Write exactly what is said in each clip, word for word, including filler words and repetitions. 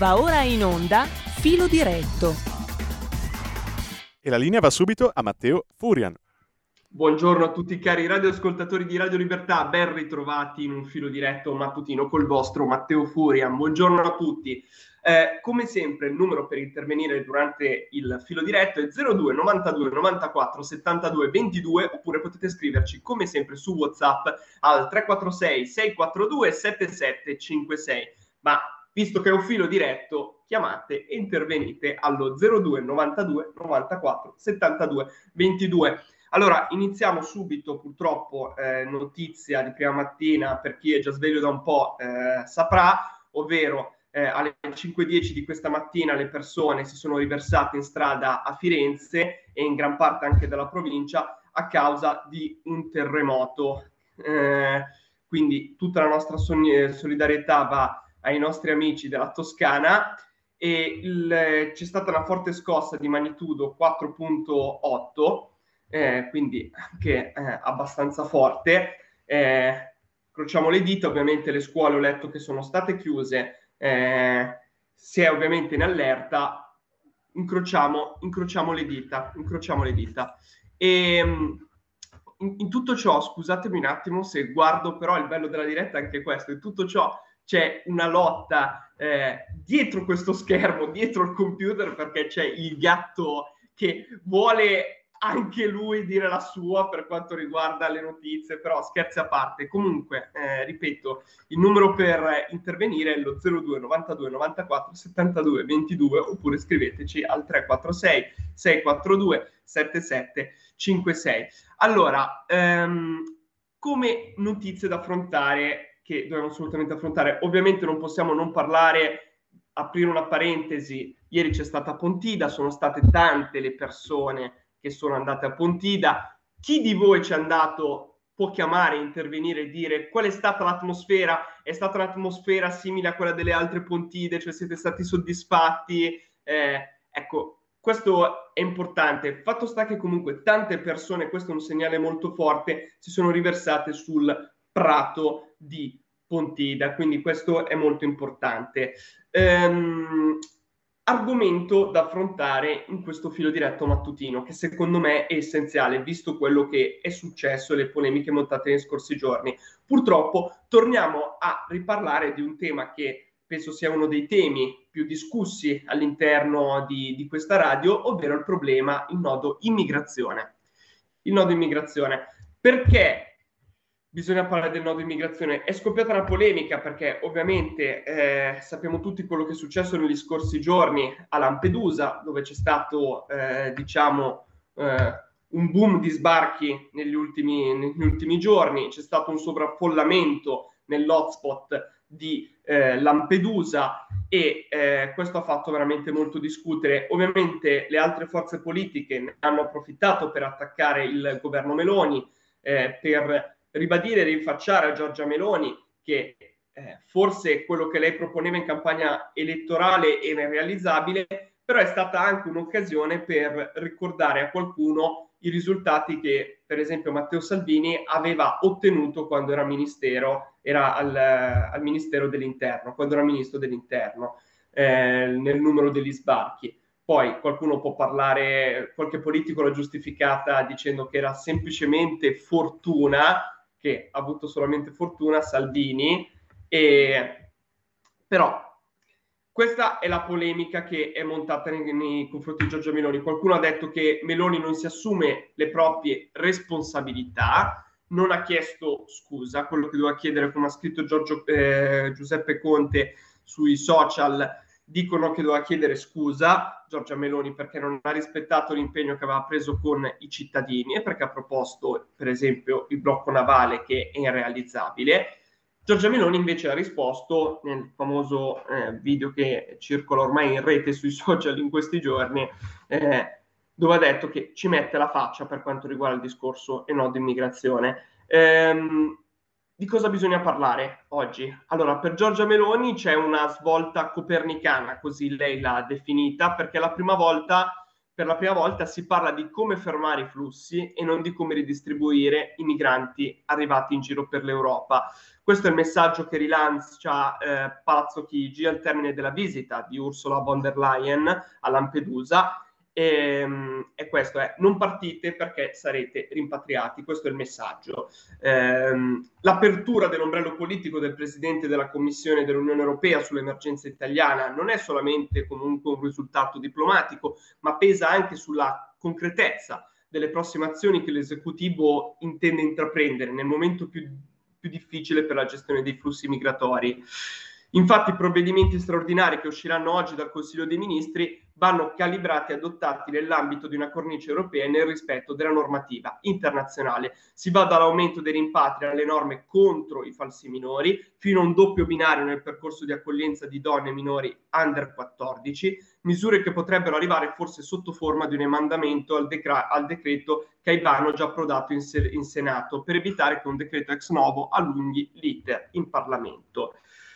Va ora in onda Filo Diretto. E la linea va subito a Matteo Furian. Buongiorno a tutti cari radioascoltatori di Radio Libertà, ben ritrovati in un filo diretto mattutino col vostro Matteo Furian. Buongiorno a tutti. Eh, come sempre il numero per intervenire durante il filo diretto è zero due novantadue novantaquattro settantadue ventidue, oppure potete scriverci come sempre su WhatsApp al tre quattro sei sei quattro due sette sette cinque sei. Ma visto che è un filo diretto, chiamate e intervenite allo zero due novantadue novantaquattro settantadue ventidue. Allora, iniziamo subito, purtroppo, eh, notizia di prima mattina, per chi è già sveglio da un po' eh, saprà, ovvero eh, alle cinque e dieci di questa mattina le persone si sono riversate in strada a Firenze e in gran parte anche della provincia a causa di un terremoto. Eh, quindi tutta la nostra son- solidarietà va ai nostri amici della Toscana e il, c'è stata una forte scossa di magnitudo quattro virgola otto. Eh, quindi anche eh, abbastanza forte. Eh, crociamo le dita, ovviamente le scuole ho letto che sono state chiuse, eh, si è ovviamente in allerta, incrociamo, incrociamo le dita, incrociamo le dita. E in, in tutto ciò, scusatemi un attimo se guardo, però il bello della diretta è anche questo, in tutto ciò c'è una lotta eh, dietro questo schermo, dietro il computer, perché c'è il gatto che vuole anche lui dire la sua per quanto riguarda le notizie, però scherzi a parte. Comunque, eh, ripeto, il numero per intervenire è lo zero due novantadue novantaquattro settantadue ventidue, oppure scriveteci al tre quattro sei sei quattro due sette sette cinque sei. Allora, ehm, come notizie da affrontare, che dobbiamo assolutamente affrontare, ovviamente non possiamo non parlare, aprire una parentesi, ieri c'è stata Pontida, sono state tante le persone che sono andate a Pontida. Chi di voi ci è andato può chiamare, intervenire e dire qual è stata l'atmosfera? È stata un'atmosfera simile a quella delle altre Pontide? Cioè siete stati soddisfatti? Eh, ecco, questo è importante. Fatto sta che comunque tante persone, questo è un segnale molto forte, si sono riversate sul prato di Pontida, quindi questo è molto importante. Ehm, argomento da affrontare in questo filo diretto mattutino, che secondo me è essenziale, visto quello che è successo e le polemiche montate nei scorsi giorni. Purtroppo torniamo a riparlare di un tema che penso sia uno dei temi più discussi all'interno di, di questa radio, ovvero il problema, il nodo immigrazione. Il nodo immigrazione. Perché bisogna parlare del nodo immigrazione? È scoppiata una polemica perché ovviamente eh, sappiamo tutti quello che è successo negli scorsi giorni a Lampedusa, dove c'è stato eh, diciamo eh, un boom di sbarchi negli ultimi, negli ultimi giorni, c'è stato un sovraffollamento nell'hotspot di eh, Lampedusa e eh, questo ha fatto veramente molto discutere. Ovviamente le altre forze politiche ne hanno approfittato per attaccare il governo Meloni, eh, per ribadire e rinfacciare a Giorgia Meloni che eh, forse quello che lei proponeva in campagna elettorale era irrealizzabile, però è stata anche un'occasione per ricordare a qualcuno i risultati che, per esempio, Matteo Salvini aveva ottenuto quando era ministero, era al, al Ministero dell'Interno, quando era ministro dell'Interno, eh, nel numero degli sbarchi. Poi qualcuno può parlare, qualche politico l'ha giustificata dicendo che era semplicemente fortuna, che ha avuto solamente fortuna Salvini, e però questa è la polemica che è montata nei, nei confronti di Giorgia Meloni. Qualcuno ha detto che Meloni non si assume le proprie responsabilità, non ha chiesto scusa, quello che doveva chiedere, come ha scritto Giorgio, eh, Giuseppe Conte sui social, dicono che doveva chiedere scusa Giorgia Meloni perché non ha rispettato l'impegno che aveva preso con i cittadini e perché ha proposto, per esempio, il blocco navale, che è irrealizzabile. Giorgia Meloni invece ha risposto nel famoso eh, video che circola ormai in rete sui social in questi giorni, eh, dove ha detto che ci mette la faccia per quanto riguarda il discorso e nodo immigrazione. Ehm, di cosa bisogna parlare oggi? Allora, per Giorgia Meloni c'è una svolta copernicana, così lei l'ha definita, perché è la prima volta per la prima volta si parla di come fermare i flussi e non di come ridistribuire i migranti arrivati in giro per l'Europa. Questo è il messaggio che rilancia eh, Palazzo Chigi al termine della visita di Ursula von der Leyen a Lampedusa. E, e questo è: non partite perché sarete rimpatriati. Questo è il messaggio. Ehm, l'apertura dell'ombrello politico del presidente della Commissione dell'Unione Europea sull'emergenza italiana non è solamente comunque un risultato diplomatico, ma pesa anche sulla concretezza delle prossime azioni che l'esecutivo intende intraprendere nel momento più, più difficile per la gestione dei flussi migratori. Infatti i provvedimenti straordinari che usciranno oggi dal Consiglio dei Ministri vanno calibrati e adottati nell'ambito di una cornice europea e nel rispetto della normativa internazionale. Si va dall'aumento dei rimpatri alle norme contro i falsi minori, fino a un doppio binario nel percorso di accoglienza di donne e minori under quattordici, misure che potrebbero arrivare forse sotto forma di un emendamento al, decra- al decreto Caivano già approdato in, se- in Senato, per evitare che un decreto ex novo allunghi l'iter in Parlamento.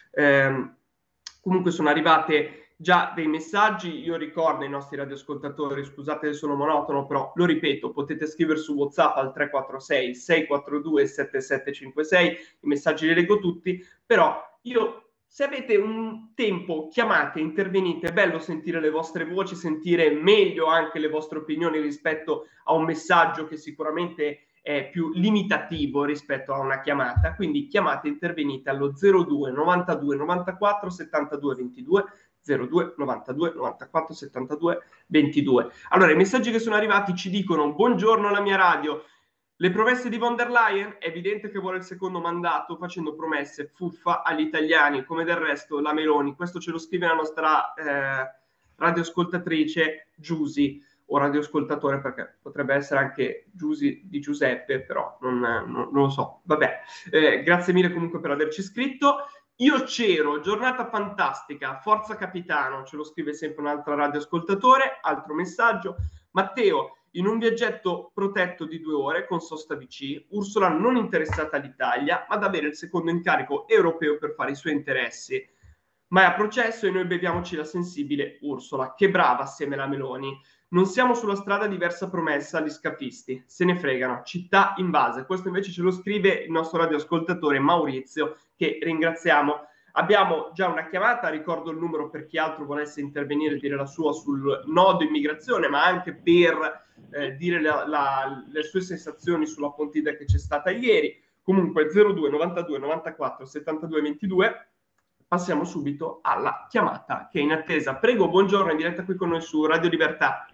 Eh, comunque sono arrivate già dei messaggi. Io ricordo ai nostri radioascoltatori, scusate se sono monotono, però lo ripeto, potete scrivere su WhatsApp al tre quattro sei sei quattro due sette sette cinque sei, i messaggi li leggo tutti, però io, se avete un tempo, chiamate, intervenite, è bello sentire le vostre voci, sentire meglio anche le vostre opinioni rispetto a un messaggio che sicuramente è più limitativo rispetto a una chiamata. Quindi chiamate, intervenite allo zero due novantadue novantaquattro settantadue ventidue, zero due novantadue novantaquattro settantadue ventidue. Allora, i messaggi che sono arrivati ci dicono: buongiorno alla mia radio, le promesse di von der Leyen, è evidente che vuole il secondo mandato facendo promesse fuffa agli italiani, come del resto la Meloni. Questo ce lo scrive la nostra eh, radioascoltatrice Giusy, o radioascoltatore, perché potrebbe essere anche Giusy di Giuseppe, però non, non, non lo so. Vabbè, eh, grazie mille comunque per averci scritto. Io c'ero, giornata fantastica, forza capitano, ce lo scrive sempre un altro radioascoltatore. Altro messaggio: Matteo, in un viaggetto protetto di due ore con sosta V C, Ursula non interessata all'Italia, ma ad avere il secondo incarico europeo per fare i suoi interessi. Ma è a processo e noi beviamoci la sensibile Ursula, che brava assieme alla Meloni. Non siamo sulla strada di diversa promessa agli scafisti, se ne fregano, città invase. Questo invece ce lo scrive il nostro radioascoltatore Maurizio, che ringraziamo. Abbiamo già una chiamata, ricordo il numero per chi altro volesse intervenire e dire la sua sul nodo immigrazione, ma anche per eh, dire la, la, le sue sensazioni sulla Pontida che c'è stata ieri. Comunque zero due novantadue novantaquattro settantadue ventidue. Passiamo subito alla chiamata che è in attesa. Prego, buongiorno, in diretta qui con noi su Radio Libertà.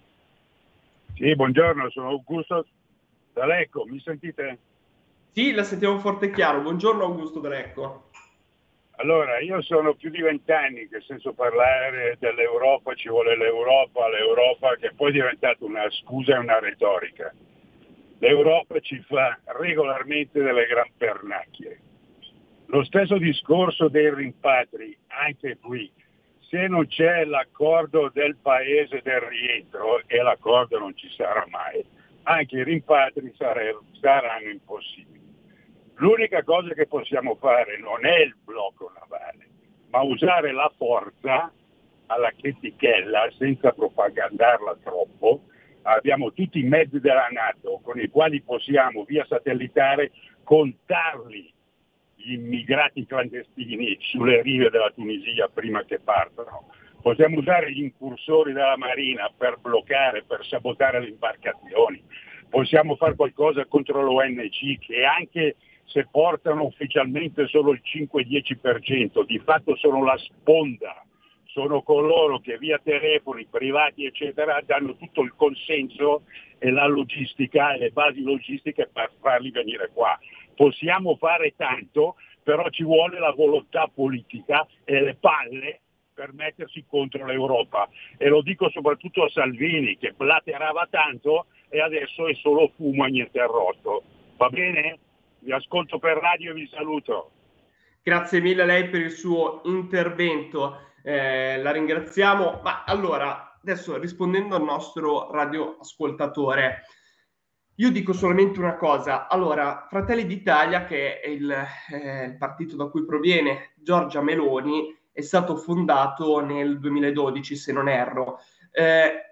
Sì, buongiorno, sono Augusto da Lecco, mi sentite? Sì, la sentiamo forte e chiaro. Buongiorno Augusto da Lecco. Allora, io sono più di vent'anni che sento parlare dell'Europa, ci vuole l'Europa, l'Europa, che poi è diventata una scusa e una retorica. L'Europa ci fa regolarmente delle gran pernacchie. Lo stesso discorso dei rimpatri, anche qui. Se non c'è l'accordo del paese del rientro, e l'accordo non ci sarà mai, anche i rimpatri saranno impossibili. L'unica cosa che possiamo fare non è il blocco navale, ma usare la forza alla chetichella senza propagandarla troppo. Abbiamo tutti i mezzi della NATO con i quali possiamo via satellitare contarli gli immigrati clandestini sulle rive della Tunisia prima che partano. Possiamo usare gli incursori della Marina per bloccare, per sabotare le imbarcazioni. Possiamo fare qualcosa contro l'O N G, che anche se portano ufficialmente solo il cinque-dieci per cento, di fatto sono la sponda, sono coloro che via telefoni privati eccetera danno tutto il consenso e la logistica e le basi logistiche per farli venire qua. Possiamo fare tanto, però ci vuole la volontà politica e le palle per mettersi contro l'Europa. E lo dico soprattutto a Salvini, che blaterava tanto e adesso è solo fumo e niente arrosto. Va bene? Vi ascolto per radio e vi saluto. Grazie mille a lei per il suo intervento, eh, la ringraziamo. Ma allora, adesso rispondendo al nostro radioascoltatore, io dico solamente una cosa. Allora, Fratelli d'Italia, che è il, eh, il partito da cui proviene Giorgia Meloni, è stato fondato nel duemiladodici, se non erro. Eh,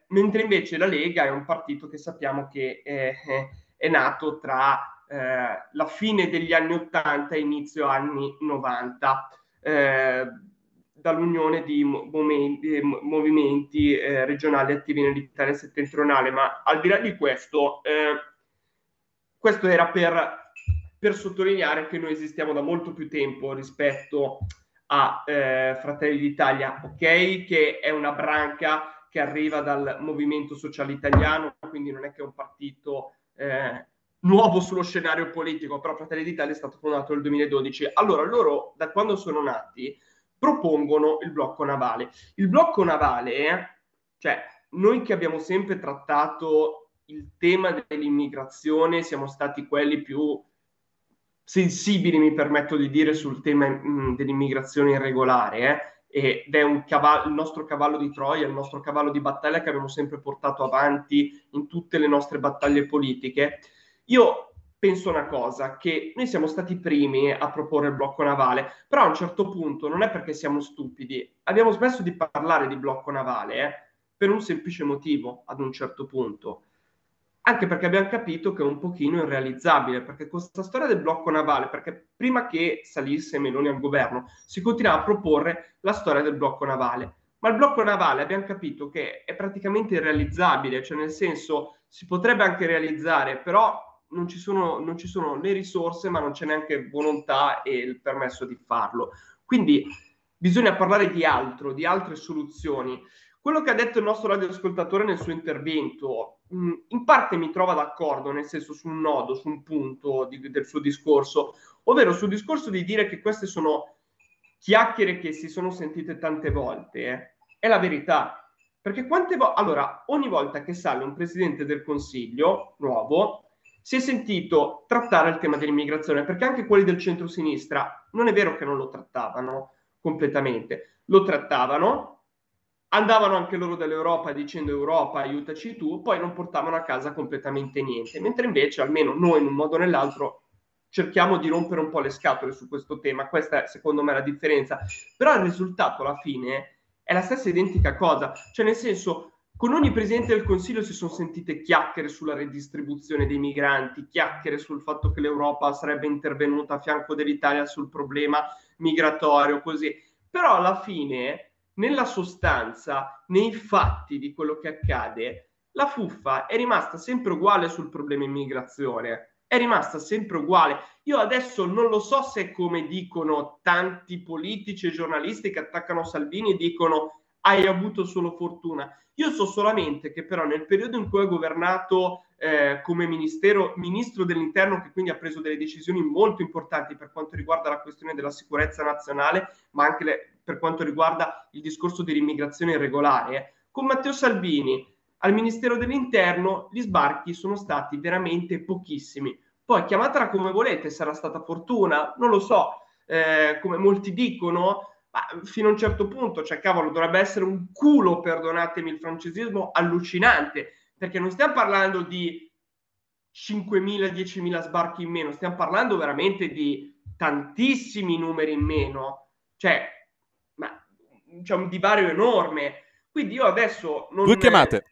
mentre invece la Lega è un partito che sappiamo che è, è nato tra eh, la fine degli anni ottanta e inizio anni novanta, eh, dall'unione di momenti, movimenti eh, regionali attivi nell'Italia settentrionale. Ma al di là di questo, eh, questo era per, per sottolineare che noi esistiamo da molto più tempo rispetto a eh, Fratelli d'Italia, ok? Che è una branca che arriva dal Movimento Sociale Italiano, quindi non è che è un partito eh, nuovo sullo scenario politico, però Fratelli d'Italia è stato fondato nel duemiladodici. Allora, loro, da quando sono nati, propongono il blocco navale. Il blocco navale, eh, cioè, noi che abbiamo sempre trattato il tema dell'immigrazione, siamo stati quelli più sensibili, mi permetto di dire, sul tema mh, dell'immigrazione irregolare, eh, ed è un cavallo, il nostro cavallo di Troia, il nostro cavallo di battaglia che abbiamo sempre portato avanti in tutte le nostre battaglie politiche. Io penso una cosa, che noi siamo stati i primi a proporre il blocco navale, però a un certo punto non è perché siamo stupidi, abbiamo smesso di parlare di blocco navale eh, per un semplice motivo ad un certo punto. Anche perché abbiamo capito che è un pochino irrealizzabile, perché questa storia del blocco navale, perché prima che salisse Meloni al governo, si continuava a proporre la storia del blocco navale. Ma il blocco navale abbiamo capito che è praticamente irrealizzabile, cioè nel senso si potrebbe anche realizzare, però non ci sono, non ci sono le risorse, ma non c'è neanche volontà e il permesso di farlo. Quindi bisogna parlare di altro, di altre soluzioni. Quello che ha detto il nostro radioascoltatore nel suo intervento, mh, in parte mi trova d'accordo, nel senso su un nodo, su un punto di, del suo discorso, ovvero sul discorso di dire che queste sono chiacchiere che si sono sentite tante volte. Eh. È la verità. Perché quante volte... Allora, ogni volta che sale un presidente del Consiglio nuovo, si è sentito trattare il tema dell'immigrazione, perché anche quelli del centro-sinistra non è vero che non lo trattavano completamente, lo trattavano, andavano anche loro dall'Europa dicendo Europa aiutaci tu, poi non portavano a casa completamente niente, mentre invece almeno noi in un modo o nell'altro cerchiamo di rompere un po' le scatole su questo tema. Questa è secondo me la differenza, però il risultato alla fine è la stessa identica cosa, cioè nel senso con ogni presidente del Consiglio si sono sentite chiacchiere sulla redistribuzione dei migranti, chiacchiere sul fatto che l'Europa sarebbe intervenuta a fianco dell'Italia sul problema migratorio, così, però alla fine nella sostanza, nei fatti di quello che accade, la fuffa è rimasta sempre uguale sul problema immigrazione, è rimasta sempre uguale. Io adesso non lo so se, come dicono tanti politici e giornalisti che attaccano Salvini, dicono hai avuto solo fortuna. Io so solamente che però nel periodo in cui ho governato eh, come ministero, ministro dell'interno, che quindi ha preso delle decisioni molto importanti per quanto riguarda la questione della sicurezza nazionale, ma anche le, per quanto riguarda il discorso dell'immigrazione irregolare, eh, con Matteo Salvini al Ministero dell'Interno gli sbarchi sono stati veramente pochissimi. Poi chiamatela come volete, sarà stata fortuna, non lo so, eh, come molti dicono, ma fino a un certo punto, cioè cavolo, dovrebbe essere un culo, perdonatemi il francesismo, allucinante, perché non stiamo parlando di cinquemila diecimila sbarchi in meno, stiamo parlando veramente di tantissimi numeri in meno, cioè, ma c'è un divario enorme. Quindi io adesso non... Due chiamate.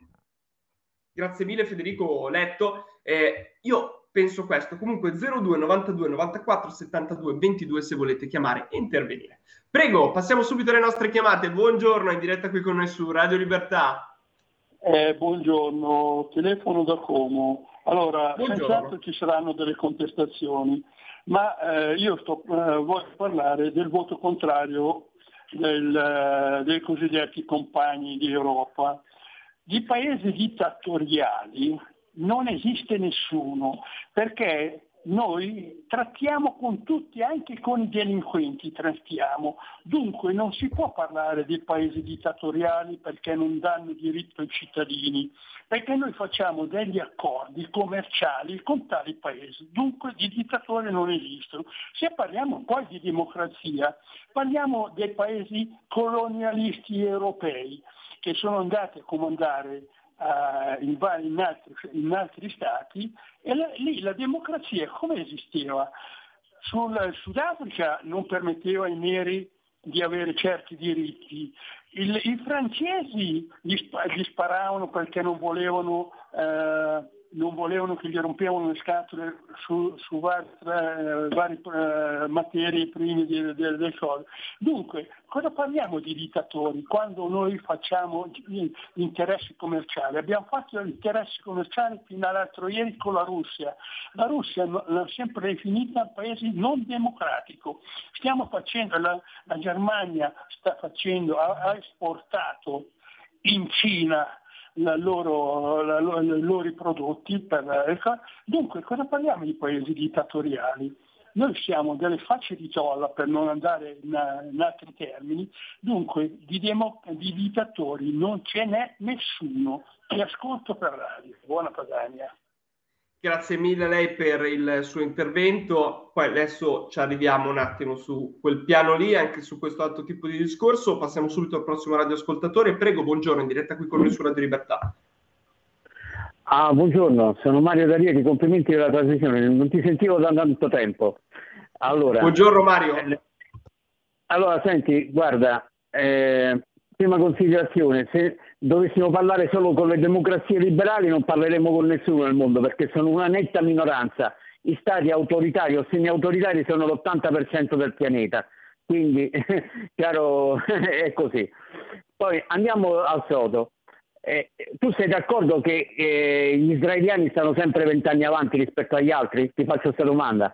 Grazie mille Federico, ho letto. Eh, io penso questo. Comunque zero due novantadue novantaquattro settantadue ventidue se volete chiamare e intervenire. Prego, passiamo subito alle nostre chiamate. Buongiorno, in diretta qui con noi su Radio Libertà. Eh, buongiorno, telefono da Como. Allora, Buongiorno. senz'altro ci saranno delle contestazioni, ma eh, io sto, eh, voglio parlare del voto contrario del, dei cosiddetti compagni di Europa. Di paesi dittatoriali non esiste nessuno, perché noi trattiamo con tutti, anche con i delinquenti trattiamo. Dunque non si può parlare di paesi dittatoriali perché non danno diritto ai cittadini, perché noi facciamo degli accordi commerciali con tali paesi, dunque di dittatori non esistono. Se parliamo poi di democrazia, parliamo dei paesi colonialisti europei che sono andati a comandare uh, in, vari, in, altri, in altri stati, e la, lì la democrazia come esisteva? Sul Sudafrica non permetteva ai neri di avere certi diritti. Il, I francesi gli, sp- gli sparavano perché non volevano, eh, non volevano che gli rompevano le scatole su, su vari, eh, vari eh, materie prime di- di- del cose. Dunque, cosa parliamo di dittatori quando noi facciamo gli interessi commerciali? Abbiamo fatto gli interessi commerciali fino all'altro ieri con la Russia. La Russia l'ha sempre definita un paese non democratico. Stiamo facendo, la, la Germania sta facendo, ha, ha esportato in Cina la loro, la, la, i loro prodotti. Per, dunque, cosa parliamo di paesi dittatoriali? Noi siamo delle facce di tolla, per non andare in, in altri termini, dunque di, demo, di dittatori non ce n'è nessuno. Ti ascolto per radio. Buona Padania. Grazie mille a lei per il suo intervento. Poi adesso ci arriviamo un attimo su quel piano lì, anche su questo altro tipo di discorso. Passiamo subito al prossimo radioascoltatore. Prego, buongiorno, in diretta qui con noi su Radio Libertà. Ah, buongiorno, sono Mario D'Arieti, complimenti per la trasmissione, non ti sentivo da tanto tempo. Allora, buongiorno Mario. Eh, allora, senti, guarda, eh, prima considerazione, se dovessimo parlare solo con le democrazie liberali non parleremo con nessuno nel mondo, perché sono una netta minoranza. I stati autoritari o semi-autoritari sono l'ottanta per cento del pianeta, quindi chiaro, è così. Poi andiamo al sodo. Eh, tu sei d'accordo che eh, gli israeliani stanno sempre vent'anni avanti rispetto agli altri? Ti faccio questa domanda.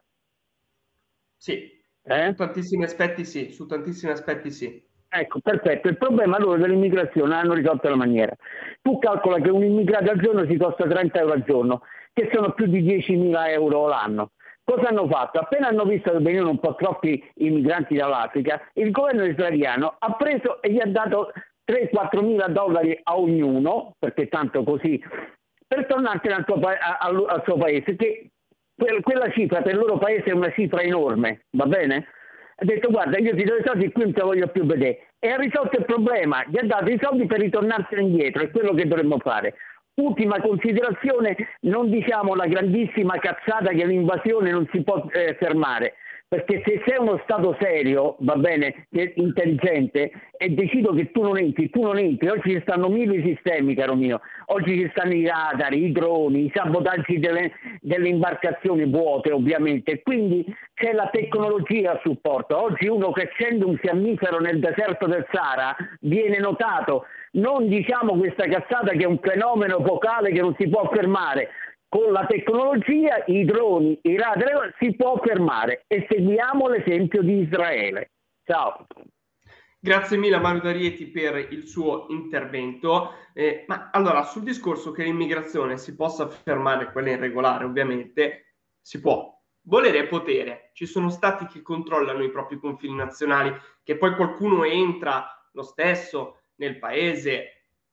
Sì, eh? su tantissimi aspetti sì, su tantissimi aspetti sì. Ecco, perfetto. Il problema loro dell'immigrazione hanno risolto la maniera. Tu calcola che un immigrato al giorno si costa trenta euro al giorno, che sono più di diecimila euro l'anno. Cosa hanno fatto? Appena hanno visto che venivano un po' troppi immigranti dall'Africa, il governo israeliano ha preso e gli ha dato tre quattro mila dollari a ognuno, perché tanto così, per tornarsene al, tuo pa- al, al suo paese, che quella cifra per il loro paese è una cifra enorme, va bene? Ha detto guarda, io ti do i soldi, qui non ti voglio più vedere, e ha risolto il problema, gli ha dato i soldi per ritornarsene indietro, è quello che dovremmo fare. Ultima considerazione, non diciamo la grandissima cazzata che l'invasione non si può eh, fermare, perché se sei uno Stato serio, va bene, intelligente, e decido che tu non entri, tu non entri. Oggi ci stanno mille sistemi, caro mio, oggi ci stanno i radar, i droni, i sabotaggi delle, delle imbarcazioni vuote ovviamente, quindi c'è la tecnologia a supporto. Oggi uno che accende un fiammifero nel deserto del Sahara viene notato. Non diciamo questa cazzata che è un fenomeno epocale che non si può fermare. Con la tecnologia, i droni, i radar, si può fermare, e seguiamo l'esempio di Israele. Ciao. Grazie mille a Mario D'Arieti per il suo intervento. Eh, ma allora, sul discorso che l'immigrazione si possa fermare, quella irregolare ovviamente, si può. Volere è potere. Ci sono stati che controllano i propri confini nazionali, che poi qualcuno entra lo stesso nel paese.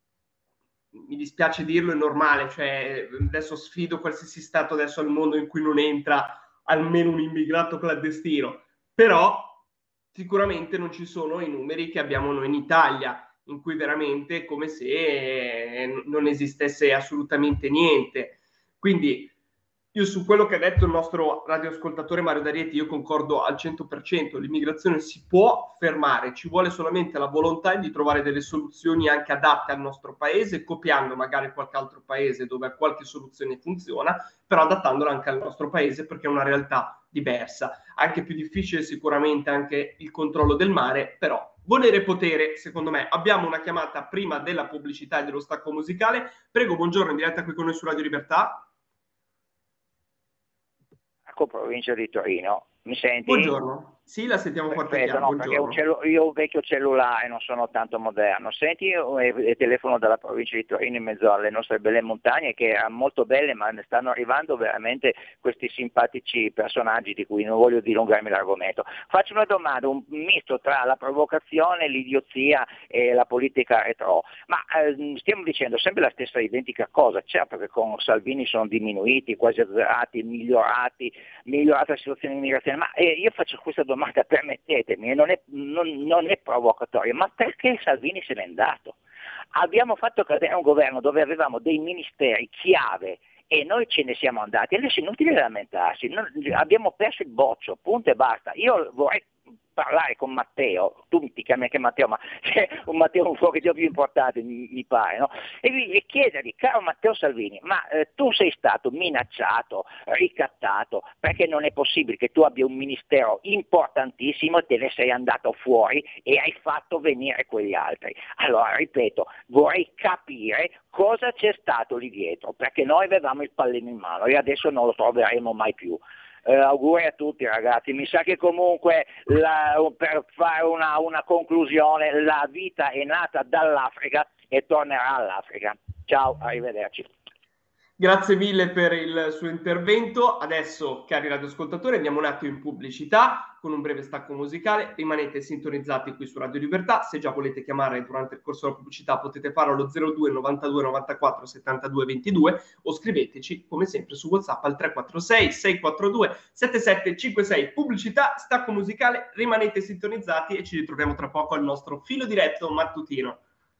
Mi dispiace dirlo, è normale, cioè adesso sfido qualsiasi stato adesso al mondo in cui non entra almeno un immigrato clandestino, però sicuramente non ci sono i numeri che abbiamo noi in Italia, in cui veramente è come se non esistesse assolutamente niente. Quindi io su quello che ha detto il nostro radioascoltatore Mario D'Arieti, io concordo al cento per cento, l'immigrazione si può fermare, ci vuole solamente la volontà di trovare delle soluzioni anche adatte al nostro paese, copiando magari qualche altro paese dove qualche soluzione funziona, però adattandola anche al nostro paese perché è una realtà diversa. Anche più difficile sicuramente anche il controllo del mare, però volere e potere, secondo me. Abbiamo una chiamata prima della pubblicità e dello stacco musicale. Prego, buongiorno, in diretta qui con noi su Radio Libertà. Provincia di Torino. Mi senti? Buongiorno. Sì, la sentiamo forte e chiaro. No, perché un cellu- io ho un vecchio cellulare, non sono tanto moderno. Senti, io eh, telefono dalla provincia di Torino in mezzo alle nostre belle montagne, che erano molto belle, ma ne stanno arrivando veramente questi simpatici personaggi di cui non voglio dilungarmi l'argomento. Faccio una domanda, un misto tra la provocazione, l'idiozia e la politica retro. Ma eh, stiamo dicendo sempre la stessa identica cosa, certo che con Salvini sono diminuiti, quasi azzerati, migliorati, migliorata la situazione dell'immigrazione, ma eh, io faccio questa domanda, permettetemi, non è, non, non è provocatoria, ma perché Salvini se n'è andato? Abbiamo fatto cadere un governo dove avevamo dei ministeri chiave e noi ce ne siamo andati, adesso è inutile lamentarsi, non, abbiamo perso il boccio, punto e basta. Io vorrei parlare con Matteo, tu ti chiami anche Matteo, ma c'è un Matteo un pochettino più importante mi, mi pare, no? E, e chiedergli, caro Matteo Salvini, ma eh, tu sei stato minacciato, ricattato, perché non è possibile che tu abbia un ministero importantissimo e te ne sei andato fuori e hai fatto venire quegli altri. Allora, ripeto, vorrei capire cosa c'è stato lì dietro, perché noi avevamo il pallino in mano e adesso non lo troveremo mai più. Eh, auguri a tutti ragazzi, mi sa che comunque la, per fare una, una conclusione, la vita è nata dall'Africa e tornerà all'Africa. Ciao, arrivederci. Grazie mille per il suo intervento. Adesso, cari radioascoltatori, andiamo un attimo in pubblicità con un breve stacco musicale. Rimanete sintonizzati qui su Radio Libertà. Se già volete chiamare durante il corso della pubblicità potete farlo allo zero due novantadue novantaquattro settantadue ventidue o scriveteci come sempre su WhatsApp al tre quattro sei sei quattro due sette sette cinque sei. Pubblicità, stacco musicale, rimanete sintonizzati e ci ritroviamo tra poco al nostro filo diretto mattutino.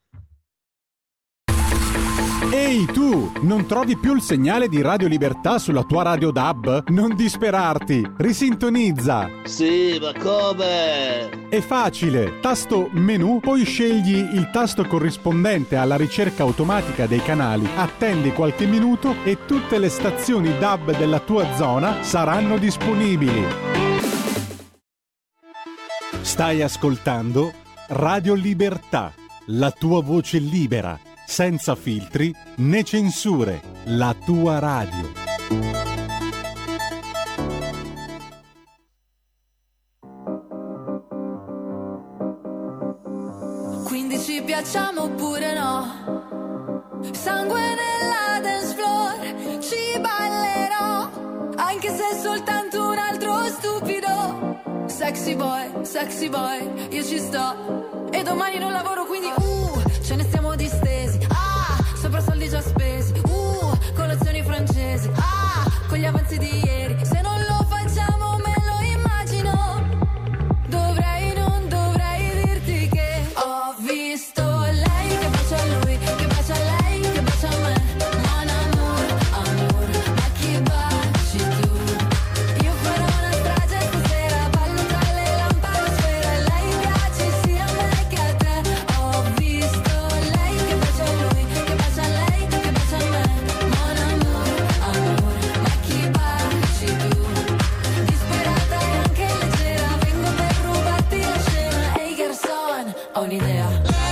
Ehi tu, non trovi più il segnale di Radio Libertà sulla tua radio D A B? Non disperarti, risintonizza! Sì, ma come? È facile, tasto menu, poi scegli il tasto corrispondente alla ricerca automatica dei canali, attendi qualche minuto e tutte le stazioni D A B della tua zona saranno disponibili. Stai ascoltando Radio Libertà, la tua voce libera. Senza filtri né censure, la tua radio. Quindi ci piacciamo oppure no? Sangue nella dance floor, ci ballerò, anche se è soltanto un altro stupido. Sexy boy, sexy boy, io ci sto. E domani non lavoro, quindi uh, ce ne stiamo distesi. Ah, sopra soldi già spesi. Uh, colazioni francesi. Ah, con gli avanzi di ieri. Se non lo facciamo me lo immagino. Dovrei, non dovrei dirti che ho visto lei che bacia a lui, che bacia a lei, che bacia a me. Mon amour, amour, ma chi baci tu? Io farò una strage stasera, ballo tra le lampade e lei piace sia a me che a te. Ho visto lei che bacia a lui, che bacia a lei, che bacia a me. Mon amour, amour, ma chi baci tu? Disperata e anche leggera, vengo per rubarti la scena. Ehi garçon, ho un'idea.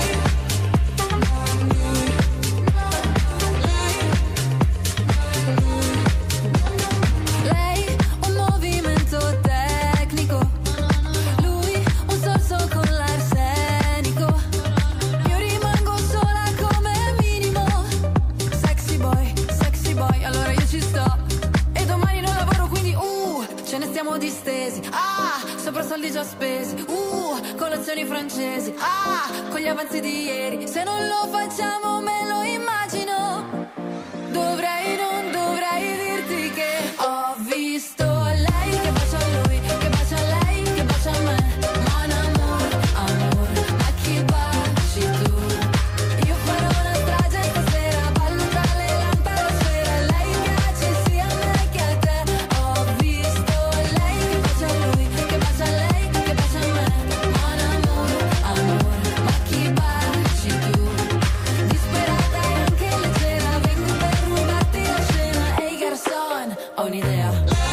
Lei un movimento tecnico, lui un sorso con l'arsenico. Io rimango sola come minimo. Sexy boy, sexy boy, allora io ci sto. E domani non lavoro, quindi uh, ce ne stiamo distesi. Ah, sopra soldi già spesi. Uh, colazioni francesi. Ah, con gli avanzi di ieri. Se non lo facciamo me lo immagino. Dovrei, non dovrei dirti che ho visto lei che bacia a lui, che bacia a lei, che bacia a me. Mon amour, amour, ma chi baci tu? Io farò una strage stasera, ballo tra le lampade e lei piace sia a me che a te. Ho visto lei che bacia a lui, che bacia a lei, che bacia a me. Mon amour, amour, ma chi baci tu? Disperata e anche leggera, vengo per rubarti la scena. Ehi garçon, ho un'idea.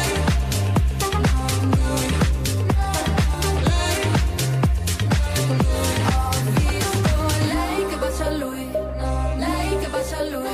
Ho visto lei che bacia a lui, lei che bacia a lui.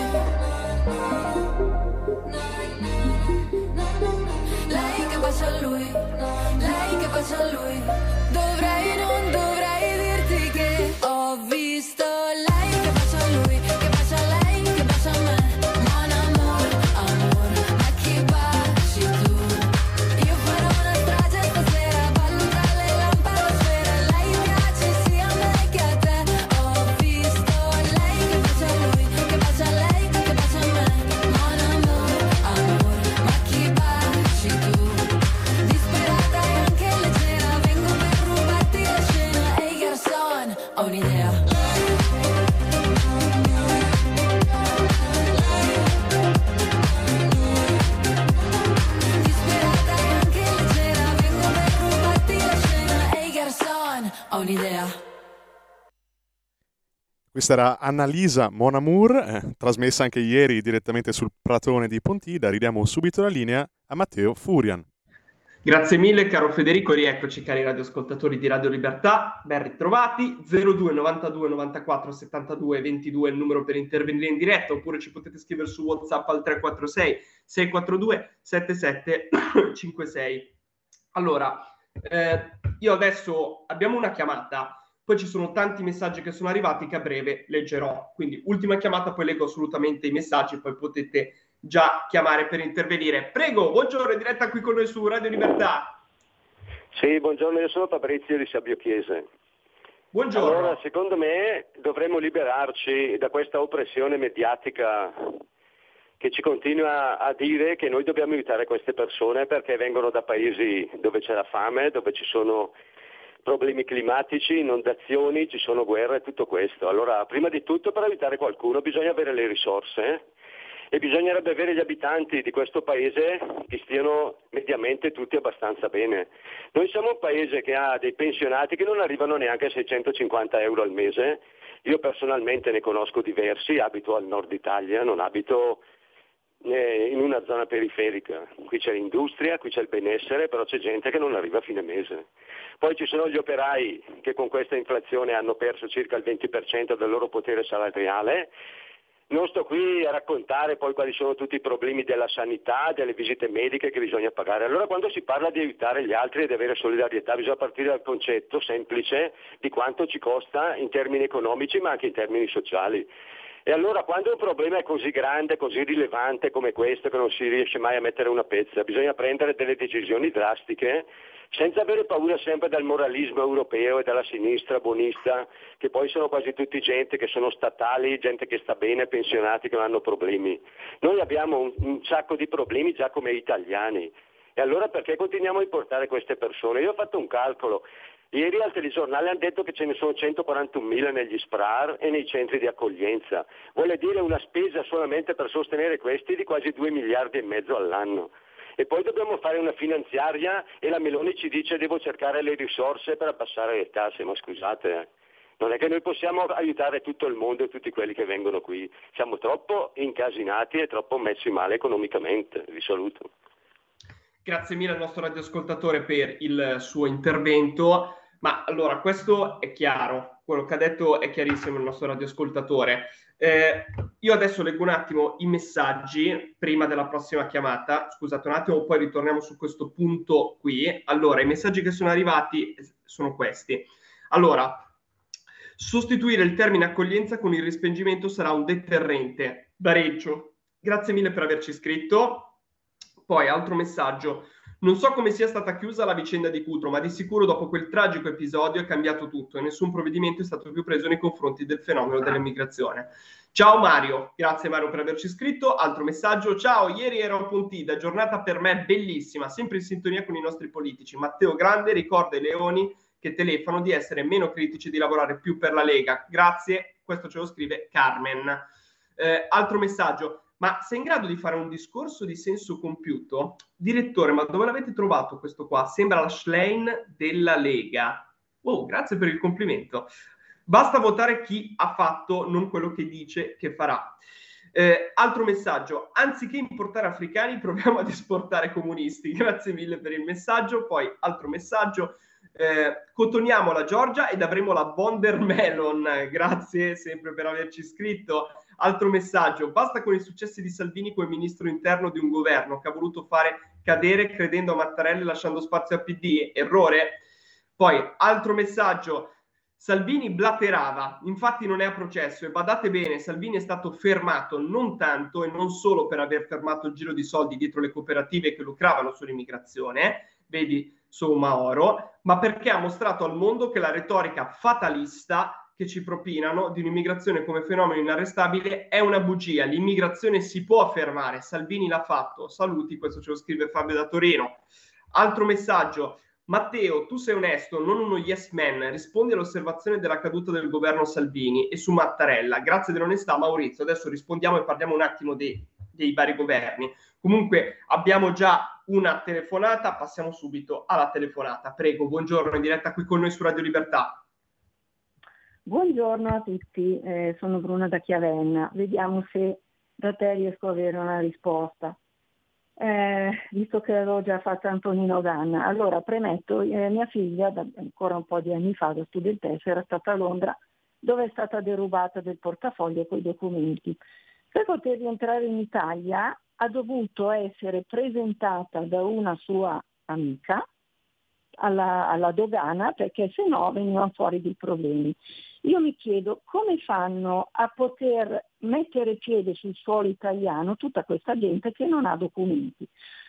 Lei che bacia a lui, lei che bacia a lui. Dovrei, non dovrei dirti che ho visto lei che bacia a lui, che bacia a lei, che bacia a me. Mon amour, amour, ma chi baci tu? Io farò una strage stasera, ballo tra le lampade e lei piace sia a me che a te. Ho visto lei che bacia a lui, che bacia a lei, che bacia a me. Mon amour, amour, ma chi baci tu? Disperata e anche leggera, vengo per rubarti la scena. Ehi garçon, ho un'idea. Disperata e anche leggera, vengo per rubarti la scena. Ehi garçon. Questa era Annalisa Mon Amour, eh, trasmessa anche ieri direttamente sul Pratone di Pontida. Ridiamo subito la linea a Matteo Furian. Grazie mille caro Federico, rieccoci cari radioascoltatori di Radio Libertà, ben ritrovati. Zero due novantadue novantaquattro settantadue ventidue è il numero per intervenire in diretta, oppure ci potete scrivere su WhatsApp al tre quattro sei sei quattro due sette sette cinque sei. Allora, eh, io adesso abbiamo una chiamata. Poi ci sono tanti messaggi che sono arrivati che a breve leggerò. Quindi ultima chiamata, poi leggo assolutamente i messaggi, poi potete già chiamare per intervenire. Prego, buongiorno, in diretta qui con noi su Radio Libertà. Sì, buongiorno, io sono Fabrizio di Sabbio Chiese. Buongiorno. Allora, secondo me dovremmo liberarci da questa oppressione mediatica che ci continua a dire che noi dobbiamo aiutare queste persone perché vengono da paesi dove c'è la fame, dove ci sono problemi climatici, inondazioni, ci sono guerre e tutto questo. Allora, prima di tutto, per aiutare qualcuno bisogna avere le risorse e bisognerebbe avere gli abitanti di questo paese che stiano mediamente tutti abbastanza bene. Noi siamo un paese che ha dei pensionati che non arrivano neanche a seicentocinquanta euro al mese. Io personalmente ne conosco diversi, abito al nord Italia, non abito in una zona periferica. Qui c'è l'industria, qui c'è il benessere, però c'è gente che non arriva a fine mese. Poi ci sono gli operai che con questa inflazione hanno perso circa il venti per cento del loro potere salariale. Non sto qui a raccontare poi quali sono tutti i problemi della sanità, delle visite mediche che bisogna pagare. Allora, quando si parla di aiutare gli altri e di avere solidarietà, bisogna partire dal concetto semplice di quanto ci costa in termini economici ma anche in termini sociali. E allora, quando un problema è così grande, così rilevante come questo, che non si riesce mai a mettere una pezza, bisogna prendere delle decisioni drastiche senza avere paura sempre del moralismo europeo e della sinistra buonista, che poi sono quasi tutti gente che sono statali, gente che sta bene, pensionati che non hanno problemi. Noi abbiamo un, un sacco di problemi già come italiani. E allora perché continuiamo a importare queste persone? Io ho fatto un calcolo. Ieri al telegiornale hanno detto che ce ne sono centoquarantunomila negli S P R A R e nei centri di accoglienza. Vuole dire una spesa solamente per sostenere questi di quasi due miliardi e mezzo all'anno. E poi dobbiamo fare una finanziaria e la Meloni ci dice devo cercare le risorse per abbassare le tasse. Ma scusate, eh. non è che noi possiamo aiutare tutto il mondo e tutti quelli che vengono qui. Siamo troppo incasinati e troppo messi male economicamente. Vi saluto. Grazie mille al nostro radioascoltatore per il suo intervento. Ma allora, questo è chiaro, quello che ha detto è chiarissimo il nostro radioascoltatore. Eh, io adesso leggo un attimo i messaggi prima della prossima chiamata, scusate un attimo, poi ritorniamo su questo punto qui. Allora, i messaggi che sono arrivati sono questi. Allora, sostituire il termine accoglienza con il respingimento sarà un deterrente. Bareggio, grazie mille per averci scritto. Poi, altro messaggio. Non so come sia stata chiusa la vicenda di Cutro, ma di sicuro dopo quel tragico episodio è cambiato tutto e nessun provvedimento è stato più preso nei confronti del fenomeno dell'immigrazione. Ciao Mario, grazie Mario per averci scritto. Altro messaggio, ciao, ieri ero a Pontida, giornata per me bellissima, sempre in sintonia con i nostri politici. Matteo Grande ricorda ai leoni che telefono di essere meno critici e di lavorare più per la Lega. Grazie, questo ce lo scrive Carmen. Eh, altro messaggio. Ma sei in grado di fare un discorso di senso compiuto? Direttore, ma dove l'avete trovato questo qua? Sembra la Schlein della Lega. Oh, grazie per il complimento. Basta votare chi ha fatto, non quello che dice che farà. Eh, altro messaggio. Anziché importare africani, proviamo ad esportare comunisti. Grazie mille per il messaggio. Poi, altro messaggio. Eh, cotoniamo la Georgia ed avremo la Bonder Melon. Grazie sempre per averci scritto. Altro messaggio, basta con i successi di Salvini come ministro interno di un governo che ha voluto fare cadere credendo a Mattarella e lasciando spazio a P D. Errore. Poi, altro messaggio, Salvini blaterava, infatti non è a processo e badate bene, Salvini è stato fermato non tanto e non solo per aver fermato il giro di soldi dietro le cooperative che lucravano sull'immigrazione, vedi Soumahoro, ma perché ha mostrato al mondo che la retorica fatalista che ci propinano di un'immigrazione come fenomeno inarrestabile è una bugia. L'immigrazione si può fermare, Salvini l'ha fatto. Saluti, questo ce lo scrive Fabio da Torino. Altro messaggio, Matteo, tu sei onesto, non uno yes man, rispondi all'osservazione della caduta del governo Salvini e su Mattarella. Grazie dell'onestà Maurizio, adesso rispondiamo e parliamo un attimo dei, dei vari governi. Comunque abbiamo già una telefonata, passiamo subito alla telefonata. Prego, buongiorno, in diretta qui con noi su Radio Libertà. Buongiorno a tutti, eh, sono Bruna da Chiavenna. Vediamo se da te riesco ad avere una risposta. Eh, visto che l'avevo già fatta Antonino Danna. Allora, premetto, eh, mia figlia, da, ancora un po' di anni fa, da studentessa, era stata a Londra, dove è stata derubata del portafoglio con i documenti. Per poter rientrare in Italia ha dovuto essere presentata da una sua amica alla, alla dogana, perché se no venivano fuori dei problemi. Io mi chiedo come fanno a poter mettere piede sul suolo italiano tutta questa gente che non ha documenti.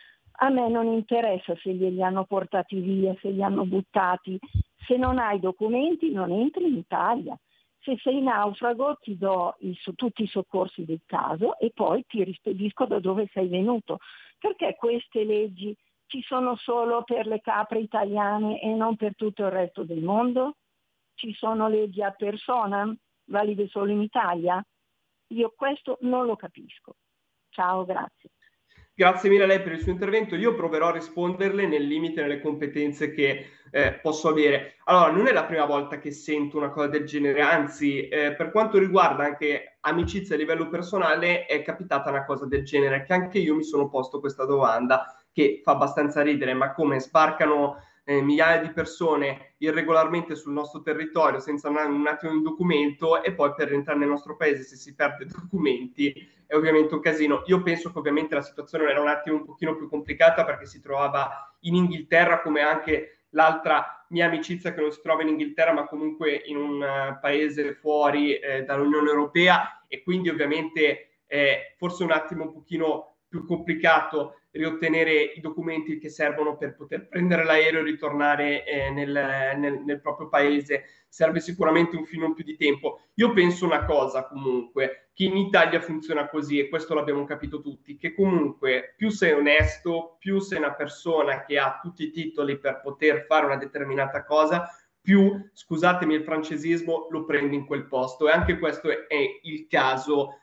A me non interessa se glieli hanno portati via, se li hanno buttati. Se non hai documenti non entri in Italia. Se sei naufrago ti do il, tutti i soccorsi del caso e poi ti rispedisco da dove sei venuto. Perché queste leggi ci sono solo per le capre italiane e non per tutto il resto del mondo? Ci sono leggi a persona, valide solo in Italia? Io questo non lo capisco. Ciao, grazie. Grazie mille a lei per il suo intervento. Io proverò a risponderle nel limite delle competenze che eh, posso avere. Allora, non è la prima volta che sento una cosa del genere, anzi, eh, per quanto riguarda anche amicizia a livello personale, è capitata una cosa del genere, che anche io mi sono posto questa domanda, che fa abbastanza ridere, ma come sbarcano eh, migliaia di persone irregolarmente sul nostro territorio senza un, un attimo di documento, e poi per rientrare nel nostro paese, se si perde documenti, è ovviamente un casino. Io penso che ovviamente la situazione era un attimo un pochino più complicata, perché si trovava in Inghilterra, come anche l'altra mia amicizia che non si trova in Inghilterra, ma comunque in un uh, paese fuori eh, dall'Unione Europea, e quindi ovviamente è forse un attimo un pochino più complicato riottenere i documenti che servono per poter prendere l'aereo e ritornare eh, nel, nel, nel proprio paese. Serve sicuramente un filo in più di tempo. Io penso una cosa comunque, che in Italia funziona così, e questo l'abbiamo capito tutti, che comunque più sei onesto, più sei una persona che ha tutti i titoli per poter fare una determinata cosa, più, scusatemi il francesismo, lo prendi in quel posto. E anche questo è, è il caso,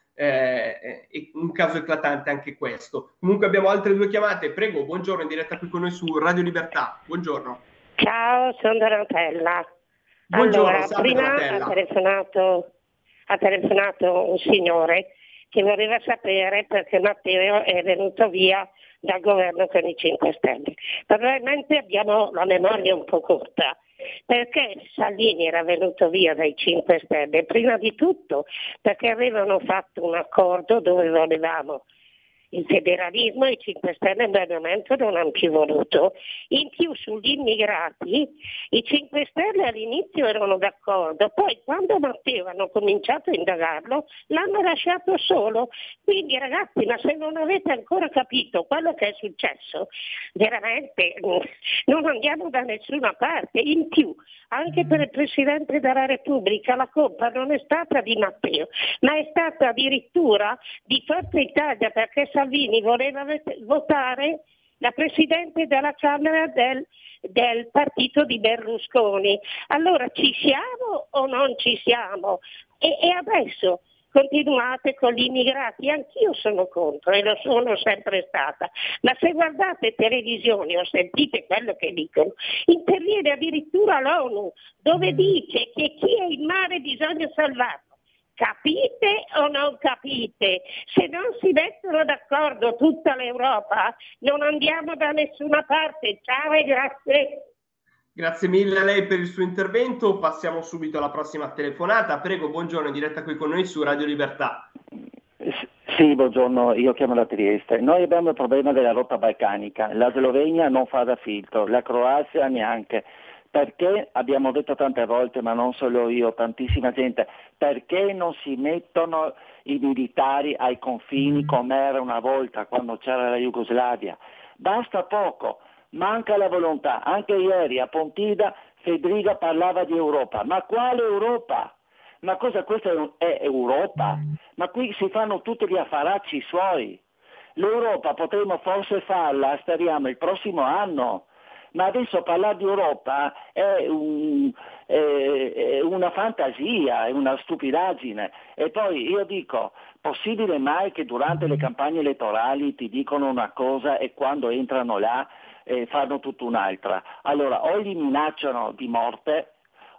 eh, è un caso eclatante anche questo. Comunque abbiamo altre due chiamate. Prego, buongiorno, in diretta qui con noi su Radio Libertà. Buongiorno. Ciao, sono Donatella. Buongiorno, allora, prima ha telefonato, ha telefonato un signore che voleva sapere perché Matteo è venuto via dal governo con i cinque Stelle. Probabilmente abbiamo la memoria un po' corta, perché Salvini era venuto via dai cinque Stelle, prima di tutto perché avevano fatto un accordo dove volevamo il federalismo, e i cinque Stelle in quel momento non hanno più voluto. In più sugli immigrati i cinque Stelle all'inizio erano d'accordo, poi quando Matteo hanno cominciato a indagarlo l'hanno lasciato solo. Quindi ragazzi, ma se non avete ancora capito quello che è successo, veramente non andiamo da nessuna parte. In più anche per il Presidente della Repubblica la colpa non è stata di Matteo, ma è stata addirittura di Forza Italia, perché Salvini voleva votare la Presidente della Camera del, del partito di Berlusconi. Allora ci siamo o non ci siamo? E, e adesso continuate con gli immigrati, anch'io sono contro e lo sono sempre stata, ma se guardate televisione o sentite quello che dicono, interviene addirittura l'ONU dove dice che chi è in mare bisogna salvarlo. Capite o non capite? Se non si mettono d'accordo tutta l'Europa non andiamo da nessuna parte. Ciao e grazie. Grazie mille a lei per il suo intervento. Passiamo subito alla prossima telefonata. Prego, buongiorno, in diretta qui con noi su Radio Libertà. Sì, buongiorno, io chiamo da Trieste. Noi abbiamo il problema della rotta balcanica. La Slovenia non fa da filtro, la Croazia neanche. Perché, abbiamo detto tante volte, ma non solo io, tantissima gente, perché non si mettono i militari ai confini come era una volta quando c'era la Jugoslavia? Basta poco. Manca la volontà. Anche ieri a Pontida Federica parlava di Europa. Ma quale Europa? Ma cosa, questa è Europa? Ma qui si fanno tutti gli affaracci suoi. L'Europa potremmo forse farla, speriamo, il prossimo anno. Ma adesso parlare di Europa è, un, è, è una fantasia, è una stupidaggine. E poi io dico, possibile mai che durante le campagne elettorali ti dicono una cosa e quando entrano là eh, fanno tutta un'altra? Allora, o li minacciano di morte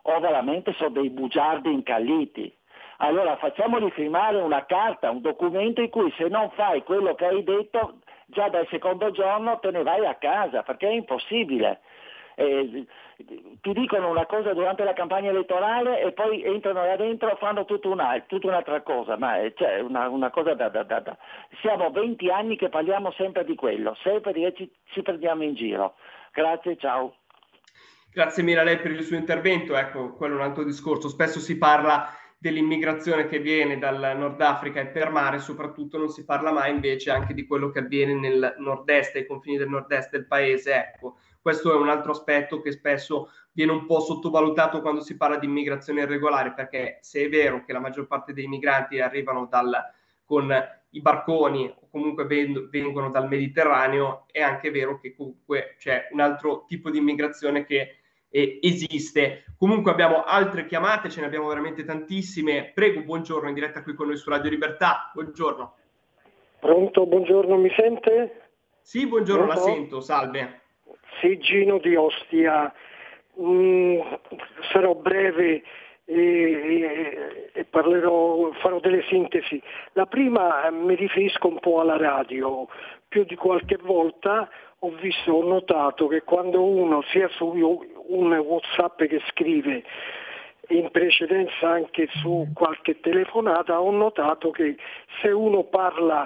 o veramente sono dei bugiardi incalliti. Allora facciamoli firmare una carta, un documento in cui se non fai quello che hai detto, già dal secondo giorno te ne vai a casa, perché è impossibile. Eh, ti dicono una cosa durante la campagna elettorale e poi entrano là dentro e fanno tutta, una, tutta un'altra cosa, ma è cioè, una, una cosa da, da, da, da. Siamo venti anni che parliamo sempre di quello, sempre che ci, ci prendiamo in giro. Grazie, ciao. Grazie mille a lei per il suo intervento. Ecco, quello è un altro discorso. Spesso si parla dell'immigrazione che viene dal Nord Africa e per mare, soprattutto non si parla mai invece anche di quello che avviene nel nord-est, ai confini del nord-est del paese. Ecco, questo è un altro aspetto che spesso viene un po' sottovalutato quando si parla di immigrazione irregolare, perché se è vero che la maggior parte dei migranti arrivano dal, con i barconi o comunque ven- vengono dal Mediterraneo, è anche vero che comunque c'è un altro tipo di immigrazione che eh, esiste. Comunque abbiamo altre chiamate, ce ne abbiamo veramente tantissime. Prego, buongiorno, in diretta qui con noi su Radio Libertà. Buongiorno. Pronto, buongiorno, mi sente? Sì, buongiorno, Pronto? la sento, salve. Sì, Gino di Ostia. Mm, sarò breve e, e, e parlerò, farò delle sintesi. La prima, mi riferisco un po' alla radio. Più di qualche volta ho visto, ho notato che quando uno sia su un WhatsApp che scrive, in precedenza anche su qualche telefonata, ho notato che se uno parla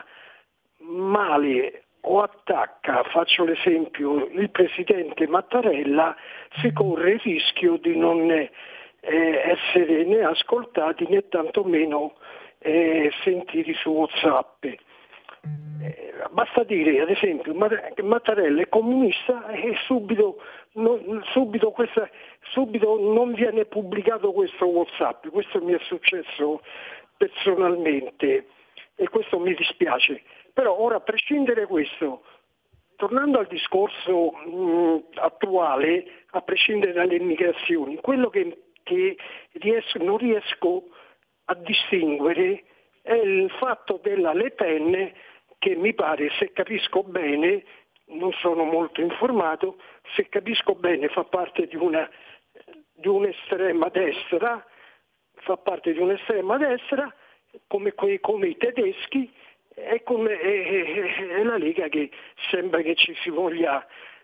male o attacca, faccio l'esempio, il presidente Mattarella, si corre il rischio di non eh, essere né ascoltati né tantomeno eh, sentiti su WhatsApp. Eh, basta dire, ad esempio, che Mattarella è comunista e subito, non, subito, questa, subito non viene pubblicato questo WhatsApp. Questo mi è successo personalmente e questo mi dispiace. Però ora, a prescindere da questo, tornando al discorso mh, attuale, a prescindere dalle immigrazioni, quello che, che riesco, non riesco a distinguere è il fatto della Le Pen, che mi pare, se capisco bene, non sono molto informato, se capisco bene fa parte di una di un'estrema destra, fa parte di un'estrema destra come, quei, come i tedeschi, e come è, è la Lega che sembra che ci si voglia,